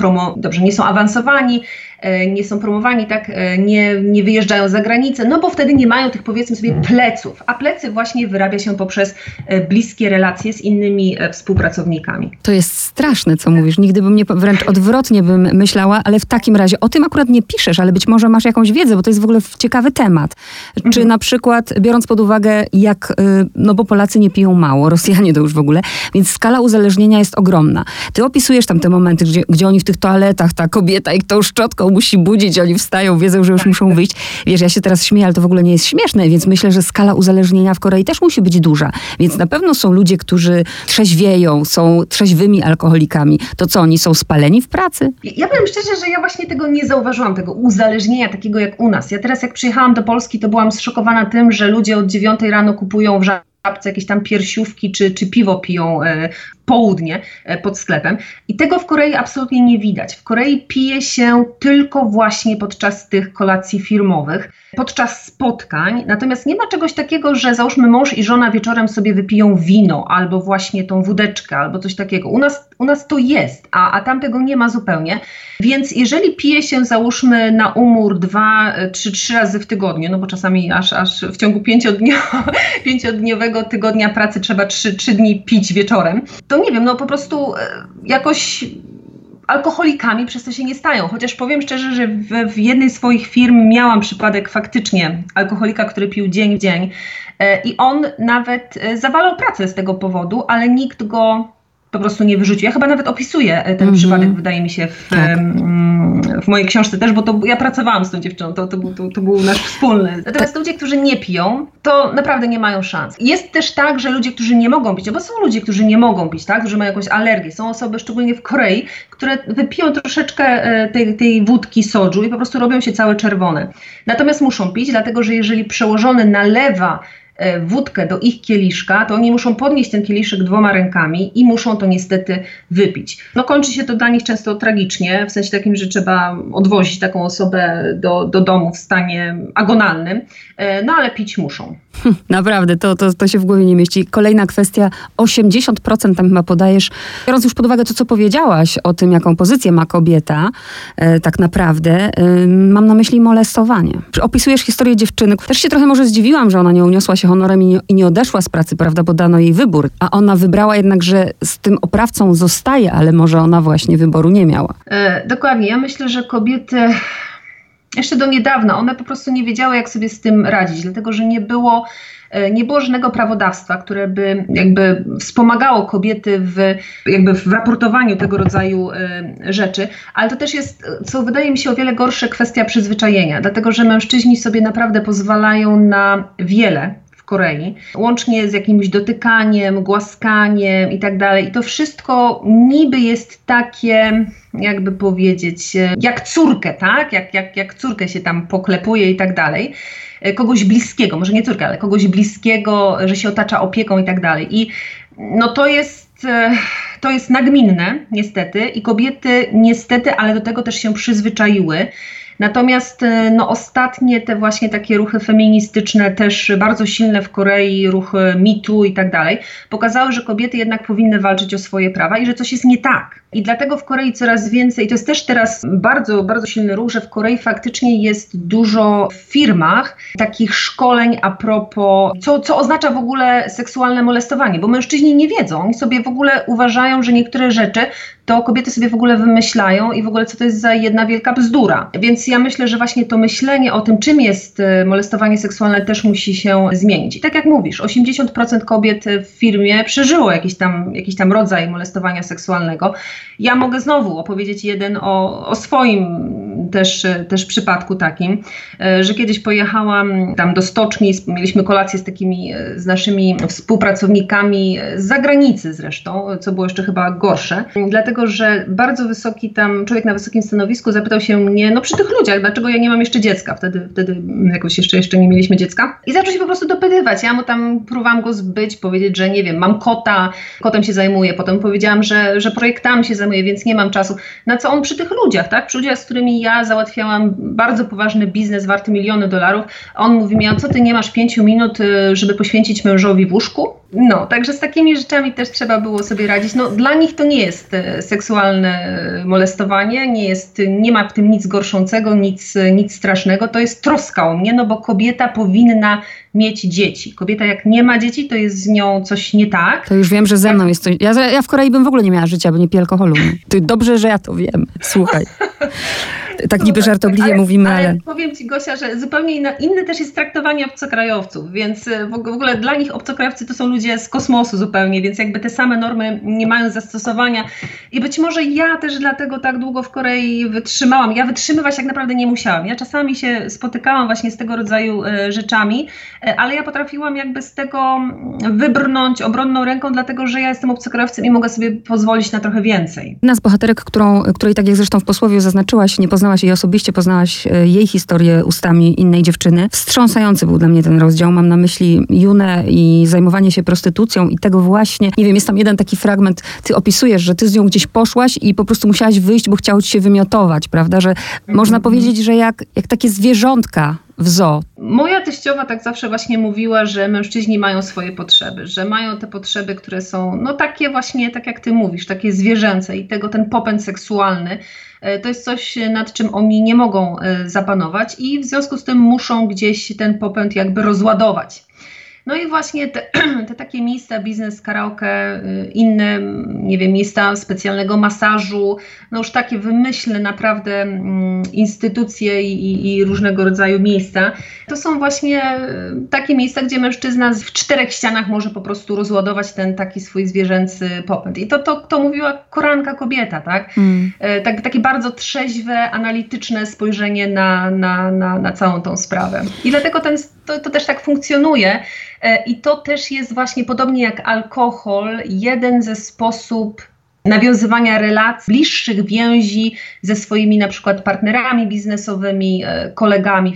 S2: są awansowani, nie są promowani, tak, nie wyjeżdżają za granicę, no bo wtedy nie mają tych, powiedzmy sobie, pleców. A plecy właśnie wyrabia się poprzez bliskie relacje z innymi współpracownikami. To jest
S1: straszne, co mówisz. Nigdy bym nie, wręcz odwrotnie bym myślała, ale w takim razie o tym akurat nie piszesz, ale być może masz jakąś wiedzę, bo to jest w ogóle ciekawy temat. Czy na przykład, biorąc pod uwagę, jak, no bo Polacy nie piją mało, Rosjanie to już w ogóle, więc skala uzależnienia jest ogromna. Ty opisujesz tam te momenty, gdzie oni w tych toaletach, ta kobieta ich tą szczotką musi budzić, oni wstają, wiedzą, że już muszą wyjść. Wiesz, ja się teraz śmieję, ale to w ogóle nie jest śmieszne, więc myślę, że skala uzależnienia w Korei też musi być duża. Więc na pewno są ludzie, którzy trzeźwieją, są trzeźwymi alkoholikami. To co, oni są spaleni w pracy?
S2: Ja powiem szczerze, że ja właśnie tego nie zauważyłam, tego uzależnienia takiego jak u nas. Ja teraz jak przyjechałam do Polski, to byłam zszokowana tym, że ludzie od 9 rano kupują w żabce jakieś tam piersiówki czy piwo piją południe pod sklepem. I tego w Korei absolutnie nie widać. W Korei pije się tylko właśnie podczas tych kolacji firmowych, podczas spotkań. Natomiast nie ma czegoś takiego, że załóżmy mąż i żona wieczorem sobie wypiją wino albo właśnie tą wódeczkę albo coś takiego. U nas to jest, a tam tego nie ma zupełnie. Więc jeżeli pije się załóżmy na umór 2 czy 3 razy w tygodniu, no bo czasami aż w ciągu 5-dniowego tygodnia pracy trzeba 3 dni pić wieczorem, to nie wiem, no po prostu jakoś alkoholikami przez to się nie stają. Chociaż powiem szczerze, że w jednej z swoich firm miałam przypadek faktycznie alkoholika, który pił dzień w dzień i on nawet zawalał pracę z tego powodu, ale nikt go po prostu nie wyrzucił. Ja chyba nawet opisuję ten przypadek, wydaje mi się, w mojej książce też, bo ja pracowałam z tą dziewczyną, to był nasz wspólny. Natomiast ludzie, którzy nie piją, to naprawdę nie mają szans. Jest też tak, że ludzie, którzy nie mogą pić, no bo są ludzie, którzy nie mogą pić, tak, którzy mają jakąś alergię. Są osoby, szczególnie w Korei, które wypiją troszeczkę tej wódki soju i po prostu robią się całe czerwone. Natomiast muszą pić, dlatego że jeżeli przełożony nalewa wódkę do ich kieliszka, to oni muszą podnieść ten kieliszek 2 rękami i muszą to niestety wypić. No kończy się to dla nich często tragicznie, w sensie takim, że trzeba odwozić taką osobę do domu w stanie agonalnym, no ale pić muszą.
S1: Naprawdę, to się w głowie nie mieści. Kolejna kwestia, 80% tam chyba podajesz, biorąc już pod uwagę to, co powiedziałaś o tym, jaką pozycję ma kobieta, tak naprawdę, mam na myśli molestowanie. Opisujesz historię dziewczyny. Też się trochę może zdziwiłam, że ona nie uniosła się honorem i nie odeszła z pracy, prawda, bo dano jej wybór. A ona wybrała jednak, że z tym oprawcą zostaje, ale może ona właśnie wyboru nie miała.
S2: Dokładnie. Ja myślę, że kobiety jeszcze do niedawna, one po prostu nie wiedziały, jak sobie z tym radzić, dlatego że nie było żadnego prawodawstwa, które by jakby wspomagało kobiety w raportowaniu tego rodzaju rzeczy, ale to też jest, co wydaje mi się o wiele gorsze, kwestia przyzwyczajenia, dlatego że mężczyźni sobie naprawdę pozwalają na wiele w Korei, łącznie z jakimś dotykaniem, głaskaniem i tak dalej. I to wszystko niby jest takie, jakby powiedzieć, jak córkę, tak? Jak córkę się tam poklepuje i tak dalej. Kogoś bliskiego, może nie córkę, ale kogoś bliskiego, że się otacza opieką i tak dalej. I no to jest nagminne niestety i kobiety niestety, ale do tego też się przyzwyczaiły. Natomiast no, ostatnie te właśnie takie ruchy feministyczne, też bardzo silne w Korei, ruchy MeToo i tak dalej, pokazały, że kobiety jednak powinny walczyć o swoje prawa i że coś jest nie tak. I dlatego w Korei coraz więcej, to jest też teraz bardzo, bardzo silny ruch, że w Korei faktycznie jest dużo w firmach takich szkoleń a propos, co oznacza w ogóle seksualne molestowanie, bo mężczyźni nie wiedzą, oni sobie w ogóle uważają, że niektóre rzeczy to kobiety sobie w ogóle wymyślają i w ogóle co to jest za jedna wielka bzdura. Więc ja myślę, że właśnie to myślenie o tym, czym jest molestowanie seksualne, też musi się zmienić. I tak jak mówisz, 80% kobiet w firmie przeżyło jakiś tam rodzaj molestowania seksualnego. Ja mogę znowu opowiedzieć jeden o swoim też przypadku takim, że kiedyś pojechałam tam do stoczni, mieliśmy kolację z naszymi współpracownikami z zagranicy zresztą, co było jeszcze chyba gorsze, dlatego, że bardzo wysoki tam człowiek na wysokim stanowisku zapytał się mnie, no przy tych ludziach, dlaczego ja nie mam jeszcze dziecka, wtedy jakoś jeszcze nie mieliśmy dziecka i zaczął się po prostu dopytywać, ja mu tam próbowałam go zbyć, powiedzieć, że nie wiem, mam kota, kotem się zajmuję, potem powiedziałam, że projektami się zajmuję, więc nie mam czasu, na co on przy tych ludziach, tak, przy ludziach, z którymi ja załatwiałam bardzo poważny biznes warty $miliony, a on mówi mi, a co ty nie masz 5 minut, żeby poświęcić mężowi w łóżku? No, także z takimi rzeczami też trzeba było sobie radzić. No, dla nich to nie jest seksualne molestowanie, nie ma w tym nic gorszącego, nic strasznego, to jest troska o mnie, no bo kobieta powinna mieć dzieci. Kobieta jak nie ma dzieci, to jest z nią coś nie tak.
S1: To już wiem, że ze mną jest coś. Ja w Korei bym w ogóle nie miała życia, bo nie piję alkoholu. To dobrze, że ja to wiem. Słuchaj. Tak niby żartobliwie mówimy, ale...
S2: Powiem Ci, Gosia, że zupełnie inne też jest traktowanie obcokrajowców, więc w ogóle dla nich obcokrajowcy to są ludzie z kosmosu zupełnie, więc jakby te same normy nie mają zastosowania i być może ja też dlatego tak długo w Korei wytrzymałam. Ja wytrzymywać tak naprawdę nie musiałam. Ja czasami się spotykałam właśnie z tego rodzaju rzeczami, ale ja potrafiłam jakby z tego wybrnąć obronną ręką, dlatego że ja jestem obcokrajowcem i mogę sobie pozwolić na trochę więcej.
S1: Jedna z bohaterek, której tak jak zresztą w posłowie zaznaczyłaś, nie poznała poznałaś jej osobiście, poznałaś jej historię ustami innej dziewczyny. Wstrząsający był dla mnie ten rozdział. Mam na myśli Junę i zajmowanie się prostytucją i tego właśnie, nie wiem, jest tam jeden taki fragment, ty opisujesz, że ty z nią gdzieś poszłaś i po prostu musiałaś wyjść, bo chciało ci się wymiotować, prawda? Że można powiedzieć, że jak takie zwierzątka w zoo.
S2: Moja teściowa tak zawsze właśnie mówiła, że mężczyźni mają swoje potrzeby, że mają te potrzeby, które są takie właśnie, tak jak ty mówisz, takie zwierzęce i ten popęd seksualny. To jest coś, nad czym oni nie mogą zapanować i w związku z tym muszą gdzieś ten popęd jakby rozładować. No i właśnie te takie miejsca, biznes, karaoke, inne, nie wiem, miejsca specjalnego masażu, już takie wymyślne naprawdę instytucje i różnego rodzaju miejsca. To są właśnie takie miejsca, gdzie mężczyzna w 4 ścianach może po prostu rozładować ten taki swój zwierzęcy popęd. I to mówiła koreanka kobieta, tak? Takie bardzo trzeźwe, analityczne spojrzenie na całą tą sprawę. I dlatego to też tak funkcjonuje. I to też jest właśnie podobnie jak alkohol, jeden ze sposobów nawiązywania relacji, bliższych więzi ze swoimi na przykład partnerami biznesowymi, kolegami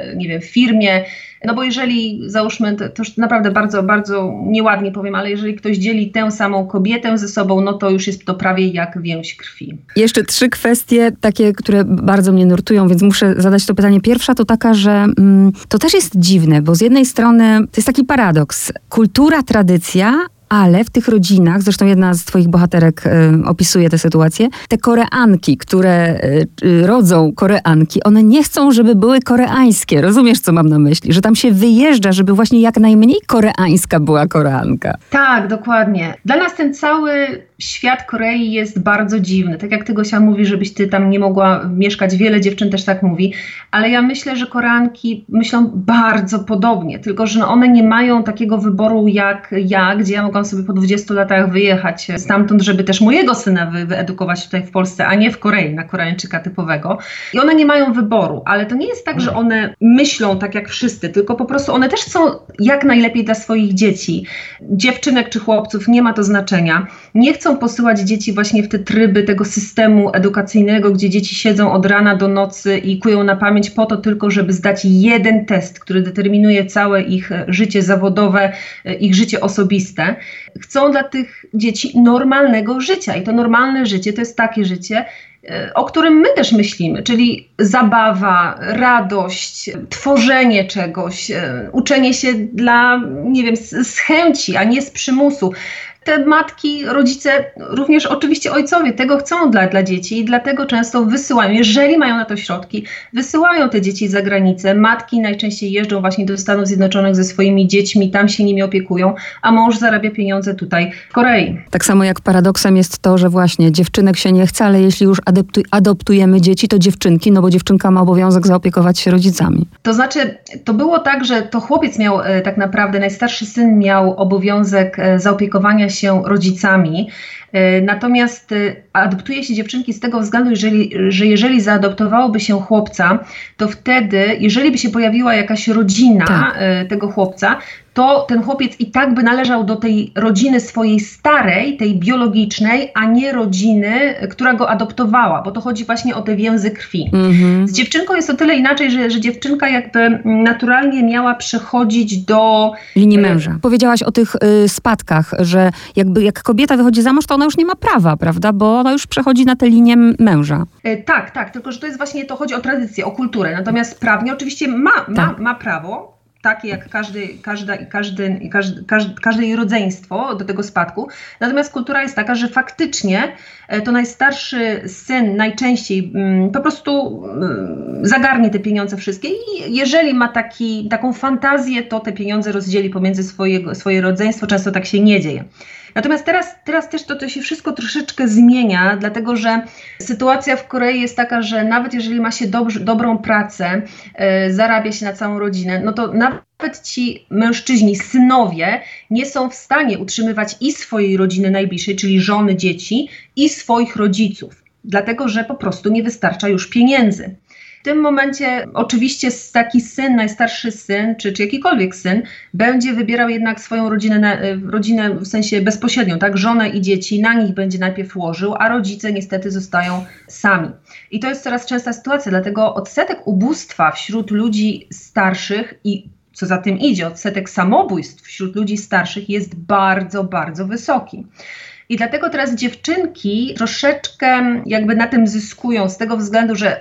S2: w firmie. No bo jeżeli, załóżmy, to już naprawdę bardzo, bardzo nieładnie powiem, ale jeżeli ktoś dzieli tę samą kobietę ze sobą, no to już jest to prawie jak więź krwi.
S1: Jeszcze 3 kwestie takie, które bardzo mnie nurtują, więc muszę zadać to pytanie. Pierwsza to taka, że to też jest dziwne, bo z jednej strony to jest taki paradoks. Kultura, tradycja, ale w tych rodzinach, zresztą jedna z twoich bohaterek opisuje tę sytuację, te Koreanki, które rodzą Koreanki, one nie chcą, żeby były koreańskie. Rozumiesz, co mam na myśli? Że tam się wyjeżdża, żeby właśnie jak najmniej koreańska była Koreanka.
S2: Tak, dokładnie. Dla nas ten cały świat Korei jest bardzo dziwny. Tak jak ty, Gosia, mówisz, żebyś ty tam nie mogła mieszkać, wiele dziewczyn też tak mówi, ale ja myślę, że Koreanki myślą bardzo podobnie, tylko że one nie mają takiego wyboru jak ja, gdzie ja mogłam sobie po 20 latach wyjechać stamtąd, żeby też mojego syna wyedukować tutaj w Polsce, a nie w Korei, na Koreańczyka typowego. I one nie mają wyboru, ale to nie jest tak, że one myślą tak jak wszyscy, tylko po prostu one też chcą jak najlepiej dla swoich dzieci. Dziewczynek czy chłopców, nie ma to znaczenia. Nie chcą posyłać dzieci właśnie w te tryby tego systemu edukacyjnego, gdzie dzieci siedzą od rana do nocy i kują na pamięć po to tylko, żeby zdać jeden test, który determinuje całe ich życie zawodowe, ich życie osobiste. Chcą dla tych dzieci normalnego życia i to normalne życie to jest takie życie, o którym my też myślimy, czyli zabawa, radość, tworzenie czegoś, uczenie się dla, nie wiem, z chęci, a nie z przymusu. Te matki, rodzice, również oczywiście ojcowie tego chcą dla dzieci i dlatego często wysyłają, jeżeli mają na to środki, wysyłają te dzieci za granicę. Matki najczęściej jeżdżą właśnie do Stanów Zjednoczonych ze swoimi dziećmi, tam się nimi opiekują, a mąż zarabia pieniądze tutaj w Korei.
S1: Tak samo jak paradoksem jest to, że właśnie dziewczynek się nie chce, ale jeśli już adoptujemy dzieci, to dziewczynki, no bo dziewczynka ma obowiązek zaopiekować się rodzicami.
S2: To znaczy, to było tak, że to chłopiec miał tak naprawdę, najstarszy syn miał obowiązek zaopiekowania się rodzicami, natomiast adoptuje się dziewczynki z tego względu, że jeżeli zaadoptowałoby się chłopca, to wtedy, jeżeli by się pojawiła jakaś rodzina tego chłopca, to ten chłopiec i tak by należał do tej rodziny swojej starej, tej biologicznej, a nie rodziny, która go adoptowała, bo to chodzi właśnie o te więzy krwi. Z dziewczynką jest o tyle inaczej, że dziewczynka jakby naturalnie miała przechodzić do
S1: linii męża. Powiedziałaś o tych spadkach, że jakby jak kobieta wychodzi za mąż, to ona już nie ma prawa, prawda? Bo ona już przechodzi na tę linię męża. Tak, tylko że to jest właśnie, to chodzi o tradycję, o kulturę. Natomiast prawnie oczywiście ma prawo, takie jak każde jej rodzeństwo do tego spadku. Natomiast kultura jest taka, że faktycznie to najstarszy syn najczęściej po prostu zagarnie te pieniądze wszystkie i jeżeli ma taką fantazję, to te pieniądze rozdzieli pomiędzy swoje rodzeństwo. Często tak się nie dzieje. Natomiast teraz też to się wszystko troszeczkę zmienia, dlatego że sytuacja w Korei jest taka, że nawet jeżeli ma się dobrą pracę, zarabia się na całą rodzinę, no to nawet ci mężczyźni, synowie nie są w stanie utrzymywać i swojej rodziny najbliższej, czyli żony, dzieci, i swoich rodziców, dlatego że po prostu nie wystarcza już pieniędzy.
S2: tym momencie oczywiście taki syn, najstarszy syn, czy jakikolwiek syn, będzie wybierał jednak swoją rodzinę w sensie bezpośrednią, tak? Żonę i dzieci, na nich będzie najpierw łożył, a rodzice niestety zostają sami. I to jest coraz częsta sytuacja, dlatego odsetek ubóstwa wśród ludzi starszych i co za tym idzie, odsetek samobójstw wśród ludzi starszych jest bardzo, bardzo wysoki. I dlatego teraz dziewczynki troszeczkę jakby na tym zyskują z tego względu, że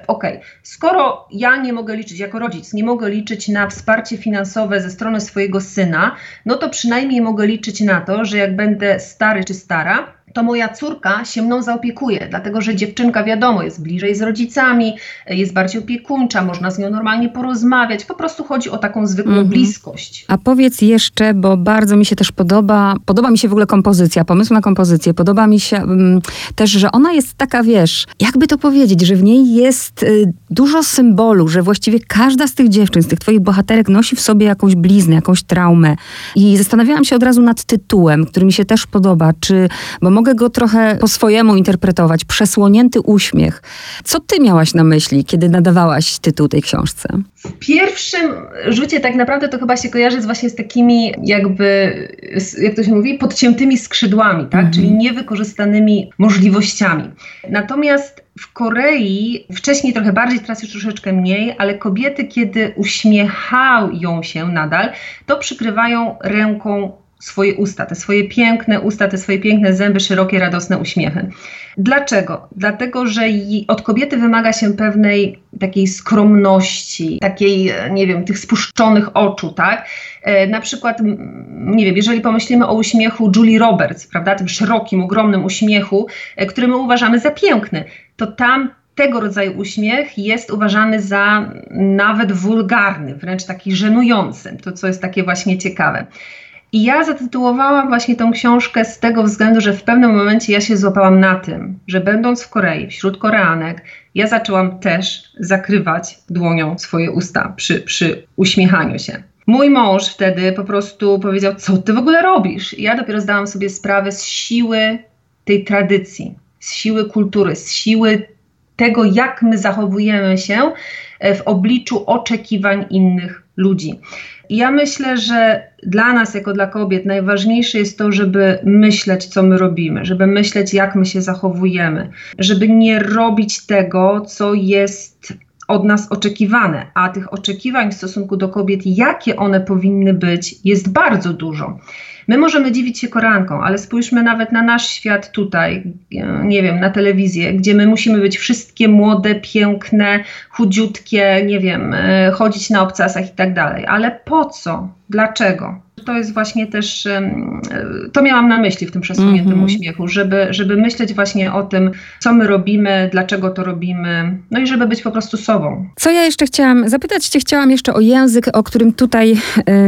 S2: skoro ja nie mogę liczyć, jako rodzic, nie mogę liczyć na wsparcie finansowe ze strony swojego syna, no to przynajmniej mogę liczyć na to, że jak będę stary czy stara, to moja córka się mną zaopiekuje, dlatego że dziewczynka, wiadomo, jest bliżej z rodzicami, jest bardziej opiekuńcza, można z nią normalnie porozmawiać, po prostu chodzi o taką zwykłą bliskość.
S1: A powiedz jeszcze, bo bardzo mi się też podoba mi się w ogóle kompozycja, pomysł na kompozycję, podoba mi się też, że ona jest taka, wiesz, jakby to powiedzieć, że w niej jest dużo symbolu, że właściwie każda z tych dziewczyn, z tych twoich bohaterek nosi w sobie jakąś bliznę, jakąś traumę. I zastanawiałam się od razu nad tytułem, który mi się też podoba, bo mogę go trochę po swojemu interpretować. Przesłonięty uśmiech. Co ty miałaś na myśli, kiedy nadawałaś tytuł tej książce?
S2: W pierwszym rzucie tak naprawdę to chyba się kojarzy właśnie z takimi jakby, jak to się mówi, podciętymi skrzydłami, tak? Czyli niewykorzystanymi możliwościami. Natomiast w Korei, wcześniej trochę bardziej, teraz już troszeczkę mniej, ale kobiety, kiedy uśmiechają się nadal, to przykrywają ręką swoje usta, te swoje piękne usta, te swoje piękne zęby, szerokie, radosne uśmiechy. Dlaczego? Dlatego, że od kobiety wymaga się pewnej takiej skromności, takiej, nie wiem, tych spuszczonych oczu, tak? Na przykład, nie wiem, jeżeli pomyślimy o uśmiechu Julie Roberts, prawda, tym szerokim, ogromnym uśmiechu, który my uważamy za piękny, to tam tego rodzaju uśmiech jest uważany za nawet wulgarny, wręcz taki żenujący, to co jest takie właśnie ciekawe. I ja zatytułowałam właśnie tą książkę z tego względu, że w pewnym momencie ja się złapałam na tym, że będąc w Korei, wśród Koreanek, ja zaczęłam też zakrywać dłonią swoje usta przy uśmiechaniu się. Mój mąż wtedy po prostu powiedział, co ty w ogóle robisz? I ja dopiero zdałam sobie sprawę z siły tej tradycji, z siły kultury, z siły tego, jak my zachowujemy się w obliczu oczekiwań innych ludzi. I ja myślę, że dla nas, jako dla kobiet, najważniejsze jest to, żeby myśleć, co my robimy, żeby myśleć, jak my się zachowujemy, żeby nie robić tego, co jest od nas oczekiwane, a tych oczekiwań w stosunku do kobiet, jakie one powinny być, jest bardzo dużo. My możemy dziwić się Koreankom, ale spójrzmy nawet na nasz świat tutaj, nie wiem, na telewizję, gdzie my musimy być wszystkie młode, piękne, chudziutkie, nie wiem, chodzić na obcasach i tak dalej. Ale po co? Dlaczego? To jest właśnie też, to miałam na myśli w tym przesuniętym uśmiechu, żeby myśleć właśnie o tym, co my robimy, dlaczego to robimy, no i żeby być po prostu sobą.
S1: Co ja jeszcze chciałam zapytać cię, chciałam jeszcze o język, o którym tutaj,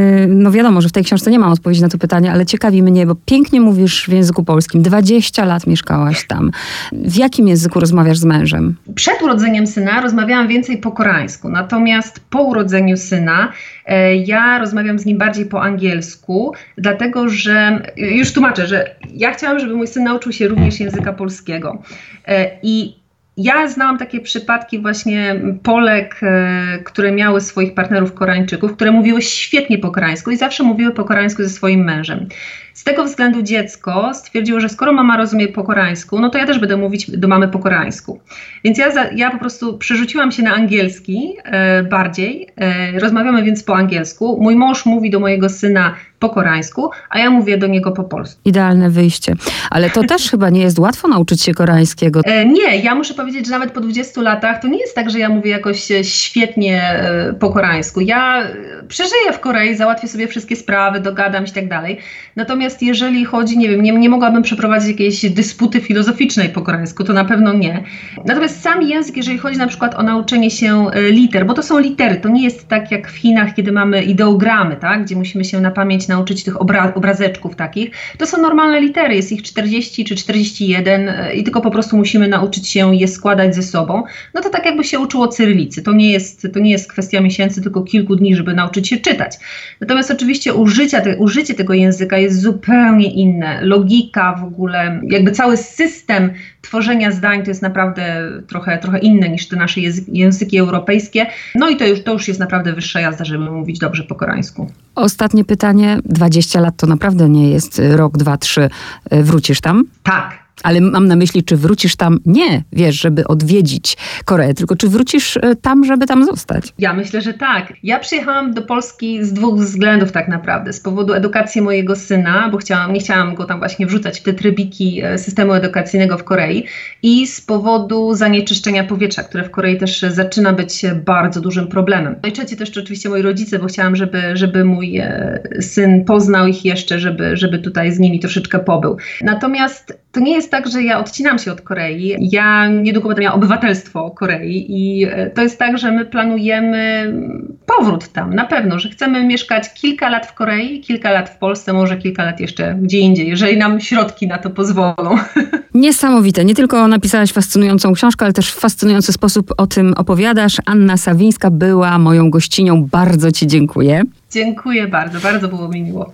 S1: no wiadomo, że w tej książce nie mam odpowiedzi na to pytanie, ale ciekawi mnie, bo pięknie mówisz w języku polskim, 20 lat mieszkałaś tam. W jakim języku rozmawiasz z mężem?
S2: Przed urodzeniem syna rozmawiałam więcej po koreańsku, natomiast po urodzeniu syna ja rozmawiam z nim bardziej po angielsku, dlatego że, już tłumaczę, że ja chciałam, żeby mój syn nauczył się również języka polskiego. I ja znałam takie przypadki właśnie Polek, które miały swoich partnerów Koreańczyków, które mówiły świetnie po koreańsku i zawsze mówiły po koreańsku ze swoim mężem. Z tego względu dziecko stwierdziło, że skoro mama rozumie po koreańsku, no to ja też będę mówić do mamy po koreańsku. Więc ja po prostu przerzuciłam się na angielski bardziej. Rozmawiamy więc po angielsku. Mój mąż mówi do mojego syna po koreańsku, a ja mówię do niego po polsku.
S1: Idealne wyjście. Ale to też chyba nie jest łatwo nauczyć się koreańskiego.
S2: Nie, ja muszę powiedzieć, że nawet po 20 latach to nie jest tak, że ja mówię jakoś świetnie po koreańsku. Ja przeżyję w Korei, załatwię sobie wszystkie sprawy, dogadam się i tak dalej. Natomiast jeżeli chodzi, nie wiem, nie mogłabym przeprowadzić jakiejś dysputy filozoficznej po koreańsku, to na pewno nie. Natomiast sam język, jeżeli chodzi na przykład o nauczenie się liter, bo to są litery, to nie jest tak jak w Chinach, kiedy mamy ideogramy, tak, gdzie musimy się na pamięć nauczyć tych obrazeczków takich. To są normalne litery, jest ich 40 czy 41 i tylko po prostu musimy nauczyć się je składać ze sobą. No to tak jakby się uczyło cyrylicy. To nie jest kwestia miesięcy, tylko kilku dni, żeby nauczyć się czytać. Natomiast oczywiście użycie tego języka jest zupełnie inne. Logika w ogóle, jakby cały system tworzenia zdań to jest naprawdę trochę inne niż te nasze języki europejskie. No i to już jest naprawdę wyższa jazda, żeby mówić dobrze po koreańsku.
S1: Ostatnie pytanie. 20 lat to naprawdę nie jest rok, 2, 3. Wrócisz tam?
S2: Tak.
S1: Ale mam na myśli, czy wrócisz tam nie, żeby odwiedzić Koreę, tylko czy wrócisz tam, żeby tam zostać?
S2: Ja myślę, że tak. Ja przyjechałam do Polski z 2 względów tak naprawdę. Z powodu edukacji mojego syna, bo nie chciałam go tam właśnie wrzucać w te trybiki systemu edukacyjnego w Korei i z powodu zanieczyszczenia powietrza, które w Korei też zaczyna być bardzo dużym problemem. No i trzecie też oczywiście moi rodzice, bo chciałam, żeby mój syn poznał ich jeszcze, żeby tutaj z nimi troszeczkę pobył. Natomiast to nie jest tak, że ja odcinam się od Korei. Ja niedługo będę miała obywatelstwo Korei i to jest tak, że my planujemy powrót tam, na pewno, że chcemy mieszkać kilka lat w Korei, kilka lat w Polsce, może kilka lat jeszcze gdzie indziej, jeżeli nam środki na to pozwolą.
S1: Niesamowite. Nie tylko napisałaś fascynującą książkę, ale też w fascynujący sposób o tym opowiadasz. Anna Sawińska była moją gościnią. Bardzo Ci dziękuję.
S2: Dziękuję bardzo, bardzo było mi miło.